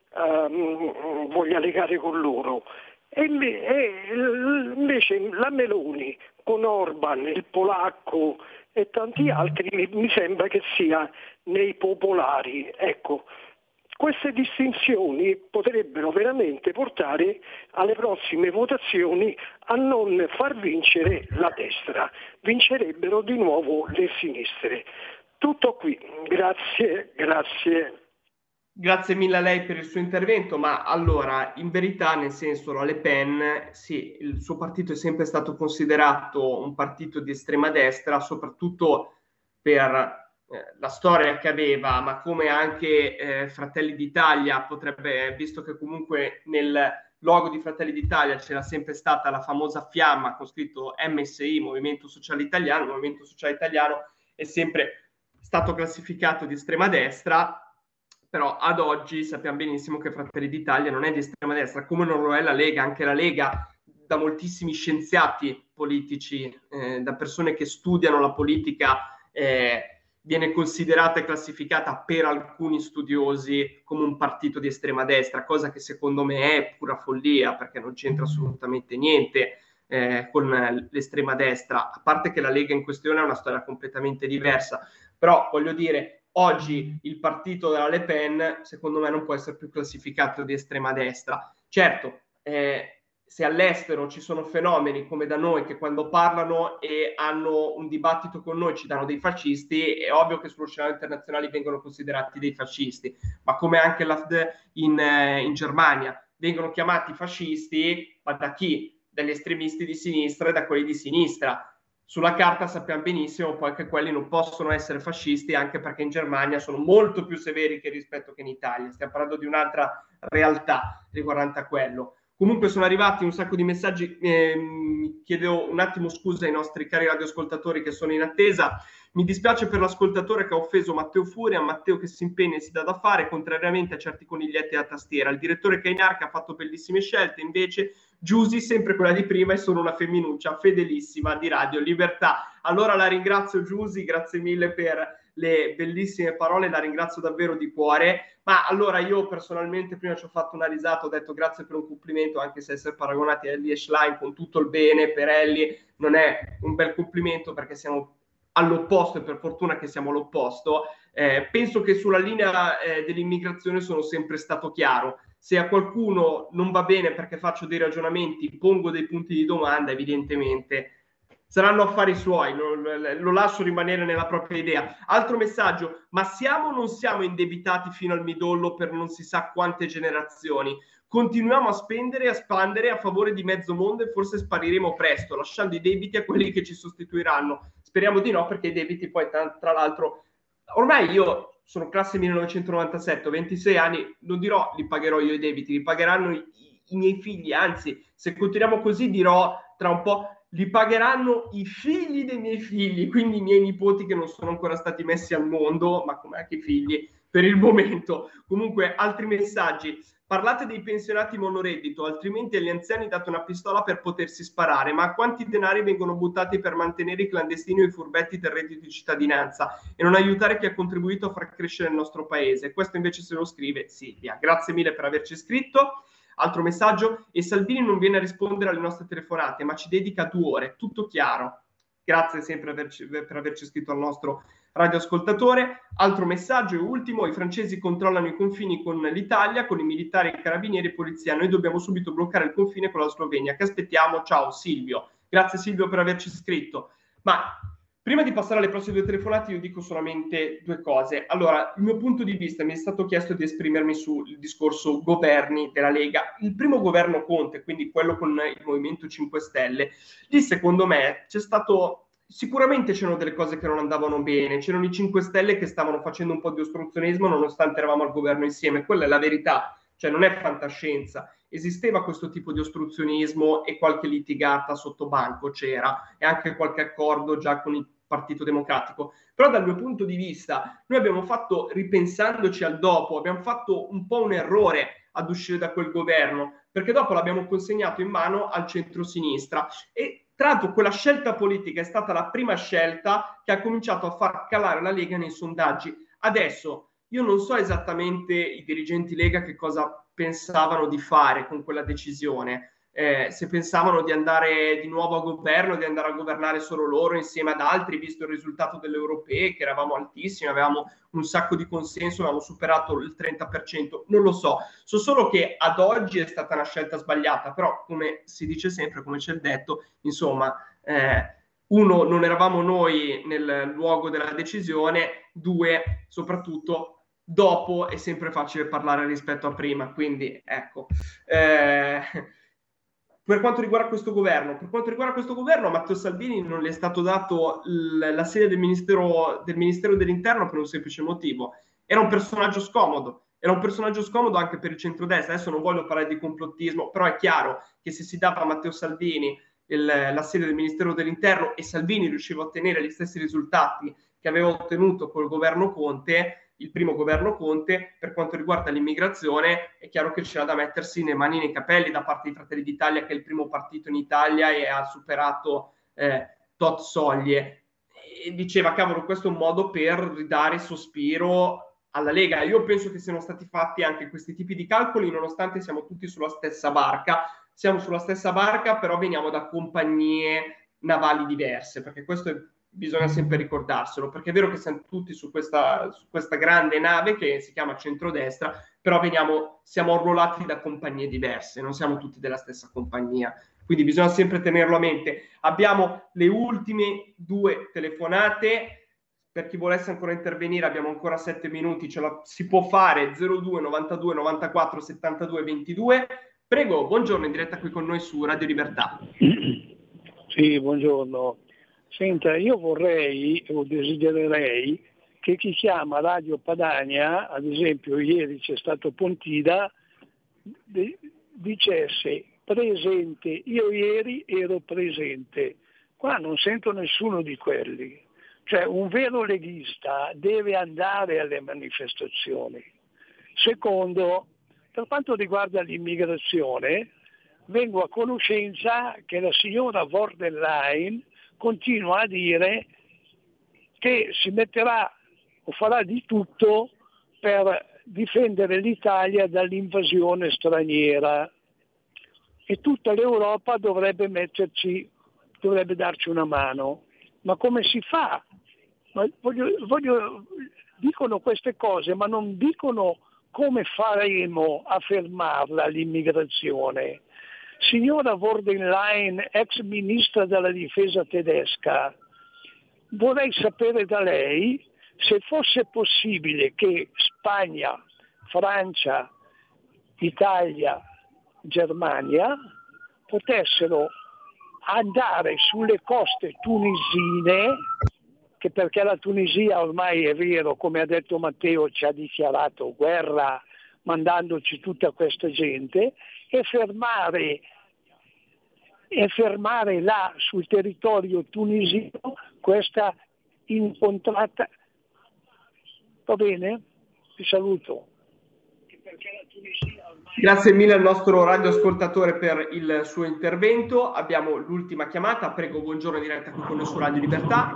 um, voglia legare con loro. E invece la Meloni con Orban, il polacco e tanti altri mi, mi sembra che sia nei popolari. Ecco, queste distinzioni potrebbero veramente portare alle prossime votazioni a non far vincere la destra, vincerebbero di nuovo le sinistre. Tutto qui, grazie, grazie. Grazie mille a lei per il suo intervento, ma allora, in verità, nel senso, la Le Pen, sì, il suo partito è sempre stato considerato un partito di estrema destra, soprattutto per eh, la storia che aveva, ma come anche eh, Fratelli d'Italia potrebbe, visto che comunque nel logo di Fratelli d'Italia c'era sempre stata la famosa fiamma con scritto M S I, Movimento Sociale Italiano, il Movimento Sociale Italiano è sempre stato classificato di estrema destra, però ad oggi sappiamo benissimo che Fratelli d'Italia non è di estrema destra, come non lo è la Lega. Anche la Lega, da moltissimi scienziati politici, eh, da persone che studiano la politica, eh, viene considerata e classificata per alcuni studiosi come un partito di estrema destra, cosa che secondo me è pura follia, perché non c'entra assolutamente niente eh, con l'estrema destra, a parte che la Lega in questione ha una storia completamente diversa. Però voglio dire, oggi il partito della Le Pen secondo me non può essere più classificato di estrema destra. Certo, eh, se all'estero ci sono fenomeni come da noi che quando parlano e hanno un dibattito con noi ci danno dei fascisti, è ovvio che sullo scenario internazionale vengono considerati dei fascisti, ma come anche l'A F D in, eh, in Germania vengono chiamati fascisti, ma da chi? Dagli estremisti di sinistra e da quelli di sinistra. Sulla carta sappiamo benissimo poi che quelli non possono essere fascisti, anche perché in Germania sono molto più severi che rispetto che in Italia. Stiamo parlando di un'altra realtà riguardante a quello. Comunque sono arrivati un sacco di messaggi, eh, chiedo un attimo scusa ai nostri cari radioascoltatori che sono in attesa. Mi dispiace per l'ascoltatore che ha offeso Matteo Furia, Matteo che si impegna e si dà da fare, contrariamente a certi coniglietti a tastiera. Il direttore Cainarca ha fatto bellissime scelte, invece Giusy, sempre quella di prima, e sono una femminuccia fedelissima di Radio Libertà. Allora la ringrazio Giusy, grazie mille per le bellissime parole, la ringrazio davvero di cuore. Ma allora io personalmente prima ci ho fatto una risata, ho detto grazie per un complimento, anche se essere paragonati a Ellie Schlein, con tutto il bene per Ellie, non è un bel complimento, perché siamo all'opposto, e per fortuna che siamo all'opposto. Eh, penso che sulla linea eh, dell'immigrazione sono sempre stato chiaro. Se a qualcuno non va bene perché faccio dei ragionamenti, pongo dei punti di domanda, evidentemente saranno affari suoi, lo, lo lascio rimanere nella propria idea. Altro messaggio: ma siamo o non siamo indebitati fino al midollo per non si sa quante generazioni? Continuiamo a spendere e a spandere a favore di mezzo mondo e forse spariremo presto, lasciando i debiti a quelli che ci sostituiranno. Speriamo di no, perché i debiti poi, tra, tra l'altro, ormai io sono classe millenovecentonovantasette, ho ventisei anni, non dirò li pagherò io i debiti, li pagheranno i, i miei figli, anzi, se continuiamo così dirò tra un po' li pagheranno i figli dei miei figli, quindi i miei nipoti che non sono ancora stati messi al mondo, ma come anche i figli per il momento. Comunque, altri messaggi: parlate dei pensionati monoreddito, altrimenti agli anziani date una pistola per potersi sparare. Ma quanti denari vengono buttati per mantenere i clandestini o i furbetti del reddito di cittadinanza e non aiutare chi ha contribuito a far crescere il nostro paese? Questo invece se lo scrive Silvia. Grazie mille per averci scritto. Altro messaggio: e Salvini non viene a rispondere alle nostre telefonate, ma ci dedica due ore, tutto chiaro. Grazie sempre averci, per averci scritto al nostro radioascoltatore. Altro messaggio e ultimo: i francesi controllano i confini con l'Italia, con i militari, i carabinieri e polizia. Noi dobbiamo subito bloccare il confine con la Slovenia. Che aspettiamo? Ciao Silvio. Grazie Silvio per averci scritto. Ma prima di passare alle prossime due telefonate io dico solamente due cose. Allora, il mio punto di vista, mi è stato chiesto di esprimermi sul discorso governi della Lega. Il primo governo Conte, quindi quello con il Movimento cinque Stelle, lì secondo me c'è stato, sicuramente c'erano delle cose che non andavano bene, c'erano i cinque Stelle che stavano facendo un po' di ostruzionismo nonostante eravamo al governo insieme, quella è la verità, cioè non è fantascienza. Esisteva questo tipo di ostruzionismo e qualche litigata sotto banco c'era, e anche qualche accordo già con il Partito Democratico. Però dal mio punto di vista noi abbiamo fatto, ripensandoci al dopo, abbiamo fatto un po' un errore ad uscire da quel governo, perché dopo l'abbiamo consegnato in mano al centro-sinistra, e tra l'altro quella scelta politica è stata la prima scelta che ha cominciato a far calare la Lega nei sondaggi. Adesso io non so esattamente i dirigenti Lega che cosa pensavano di fare con quella decisione, eh, se pensavano di andare di nuovo a governo, di andare a governare solo loro insieme ad altri, visto il risultato delle europee, che eravamo altissimi, avevamo un sacco di consenso, avevamo superato il trenta per cento, non lo so. So solo che ad oggi è stata una scelta sbagliata, però come si dice sempre, come c'è il detto, insomma, eh, uno, non eravamo noi nel luogo della decisione, due, soprattutto, dopo è sempre facile parlare rispetto a prima, quindi ecco. Eh, per quanto riguarda questo governo, per quanto riguarda questo governo, a Matteo Salvini non le è stato dato l- la sede del Ministero, del Ministero dell'Interno per un semplice motivo: era un personaggio scomodo, era un personaggio scomodo anche per il centrodestra. Adesso non voglio parlare di complottismo, però è chiaro che se si dava a Matteo Salvini il, la sede del Ministero dell'Interno e Salvini riusciva a ottenere gli stessi risultati che aveva ottenuto col governo Conte, il primo governo Conte, per quanto riguarda l'immigrazione, è chiaro che c'era da mettersi le mani nei capelli da parte di Fratelli d'Italia, che è il primo partito in Italia e ha superato eh, tot soglie. E diceva, cavolo, questo è un modo per ridare sospiro alla Lega. Io penso che siano stati fatti anche questi tipi di calcoli, nonostante siamo tutti sulla stessa barca. Siamo sulla stessa barca, però veniamo da compagnie navali diverse, perché questo è, bisogna sempre ricordarselo, perché è vero che siamo tutti su questa, su questa grande nave che si chiama centrodestra, però veniamo, siamo arruolati da compagnie diverse, non siamo tutti della stessa compagnia, quindi bisogna sempre tenerlo a mente. Abbiamo le ultime due telefonate, per chi volesse ancora intervenire abbiamo ancora sette minuti, ce la si può fare. Zero due novantadue novantaquattro settantadue ventidue. Prego, buongiorno, in diretta qui con noi su Radio Libertà. Sì, buongiorno. Senta, io vorrei o desidererei che chi chiama Radio Padania, ad esempio ieri c'è stato Pontida, dicesse presente, io ieri ero presente. Qua non sento nessuno di quelli. Cioè un vero leghista deve andare alle manifestazioni. Secondo, per quanto riguarda l'immigrazione, vengo a conoscenza che la signora von der Leyen continua a dire che si metterà o farà di tutto per difendere l'Italia dall'invasione straniera e tutta l'Europa dovrebbe metterci, dovrebbe darci una mano. Ma come si fa? Ma voglio, voglio, dicono queste cose, ma non dicono come faremo a fermarla l'immigrazione. Signora von der Leyen, ex ministra della difesa tedesca, vorrei sapere da lei se fosse possibile che Spagna, Francia, Italia, Germania potessero andare sulle coste tunisine, che perché la Tunisia ormai è vero, come ha detto Matteo, ci ha dichiarato guerra mandandoci tutta questa gente, e fermare, e fermare là sul territorio tunisino questa incontrata. Va bene? Vi saluto. Grazie mille al nostro radioascoltatore per il suo intervento. Abbiamo l'ultima chiamata. Prego, buongiorno, in diretta qui con noi su Radio Libertà.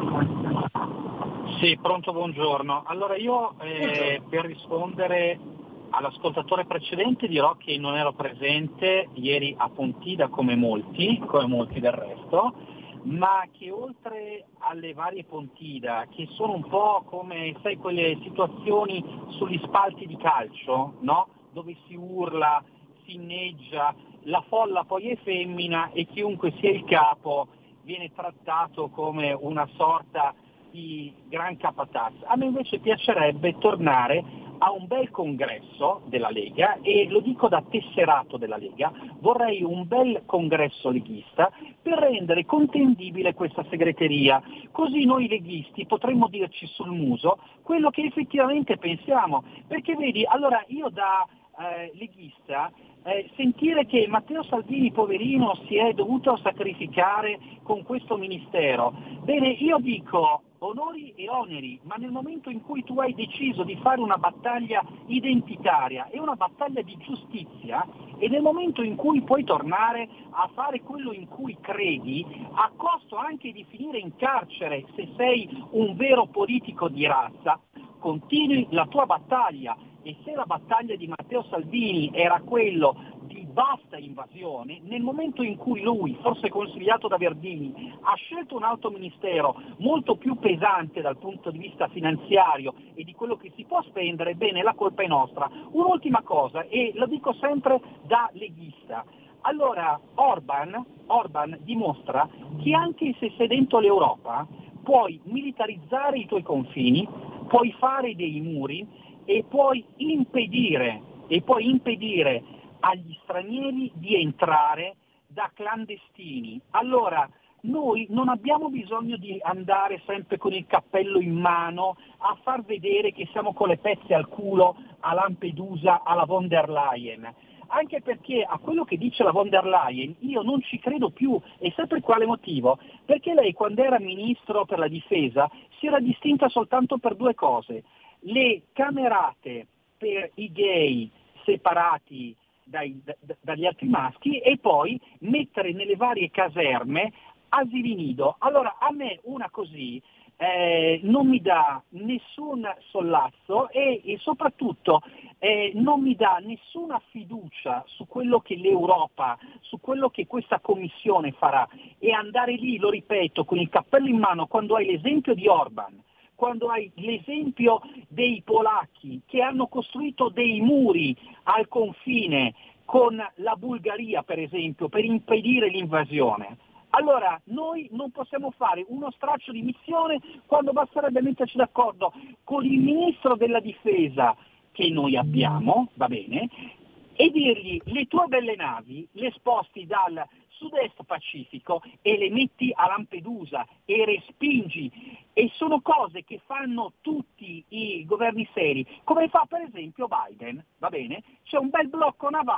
Sì, pronto, buongiorno. Allora io eh, per rispondere all'ascoltatore precedente dirò che non ero presente ieri a Pontida come molti, come molti del resto, ma che oltre alle varie Pontida, che sono un po' come, sai, quelle situazioni sugli spalti di calcio, no? Dove si urla, si inneggia, la folla poi è femmina e chiunque sia il capo viene trattato come una sorta di gran capataz. A me invece piacerebbe tornare a un bel congresso della Lega, e lo dico da tesserato della Lega, vorrei un bel congresso leghista per rendere contendibile questa segreteria, così noi leghisti potremmo dirci sul muso quello che effettivamente pensiamo, perché vedi, allora io da eh, leghista eh, sentire che Matteo Salvini poverino si è dovuto sacrificare con questo ministero, bene, io dico onori e oneri, ma nel momento in cui tu hai deciso di fare una battaglia identitaria e una battaglia di giustizia, e nel momento in cui puoi tornare a fare quello in cui credi, a costo anche di finire in carcere se sei un vero politico di razza, continui la tua battaglia. E se la battaglia di Matteo Salvini era quello di basta invasione, nel momento in cui lui, forse consigliato da Verdini, ha scelto un altro ministero molto più pesante dal punto di vista finanziario e di quello che si può spendere, bene, la colpa è nostra. Un'ultima cosa, e lo dico sempre da leghista, allora Orban, Orban dimostra che anche se sei dentro l'Europa puoi militarizzare i tuoi confini, puoi fare dei muri e puoi impedire, e puoi impedire agli stranieri di entrare da clandestini. Allora, noi non abbiamo bisogno di andare sempre con il cappello in mano a far vedere che siamo con le pezze al culo a Lampedusa, alla von der Leyen. Anche perché a quello che dice la von der Leyen io non ci credo più, e sai per quale motivo? Perché lei, quando era ministro per la difesa, si era distinta soltanto per due cose: le camerate per i gay separati dai, da, dagli altri maschi, e poi mettere nelle varie caserme asili nido. Allora a me una così eh, non mi dà nessun sollazzo e, e soprattutto eh, non mi dà nessuna fiducia su quello che l'Europa, su quello che questa Commissione farà. E andare lì, lo ripeto, con il cappello in mano, quando hai l'esempio di Orban, quando hai l'esempio dei polacchi che hanno costruito dei muri al confine con la Bulgaria, per esempio, per impedire l'invasione. Allora noi non possiamo fare uno straccio di missione quando basterebbe metterci d'accordo con il ministro della difesa che noi abbiamo, va bene, e dirgli: le tue belle navi le sposti dal sud-est Pacifico e le metti a Lampedusa e respingi. E sono cose che fanno tutti i governi seri, come fa per esempio Biden, va bene? C'è un bel blocco navale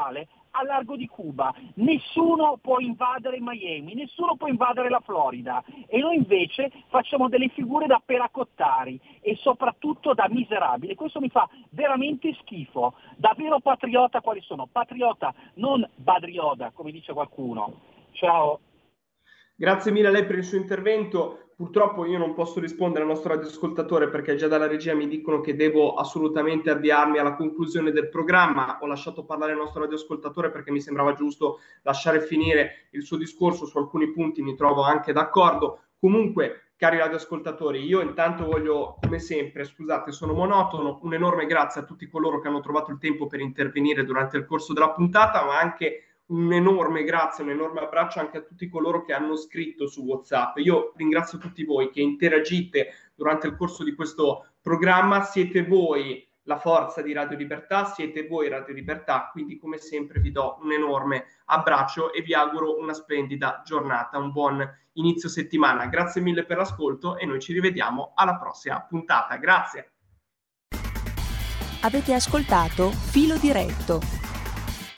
al largo di Cuba, nessuno può invadere Miami, nessuno può invadere la Florida, e noi invece facciamo delle figure da peracottari e soprattutto da miserabili. Questo mi fa veramente schifo. Davvero patriota quali sono? Patriota, non badrioda, come dice qualcuno. Ciao. Grazie mille a lei per il suo intervento. Purtroppo io non posso rispondere al nostro radioascoltatore perché già dalla regia mi dicono che devo assolutamente avviarmi alla conclusione del programma. Ho lasciato parlare il nostro radioascoltatore perché mi sembrava giusto lasciare finire il suo discorso. Su alcuni punti mi trovo anche d'accordo. Comunque, cari radioascoltatori, io intanto voglio, come sempre, scusate, sono monotono, un enorme grazie a tutti coloro che hanno trovato il tempo per intervenire durante il corso della puntata, ma anche un enorme grazie, un enorme abbraccio anche a tutti coloro che hanno scritto su WhatsApp. Io ringrazio tutti voi che interagite durante il corso di questo programma. Siete voi la forza di Radio Libertà, siete voi Radio Libertà, quindi come sempre vi do un enorme abbraccio e vi auguro una splendida giornata, un buon inizio settimana. Grazie mille per l'ascolto e noi ci rivediamo alla prossima puntata. Grazie. Avete ascoltato Filo Diretto.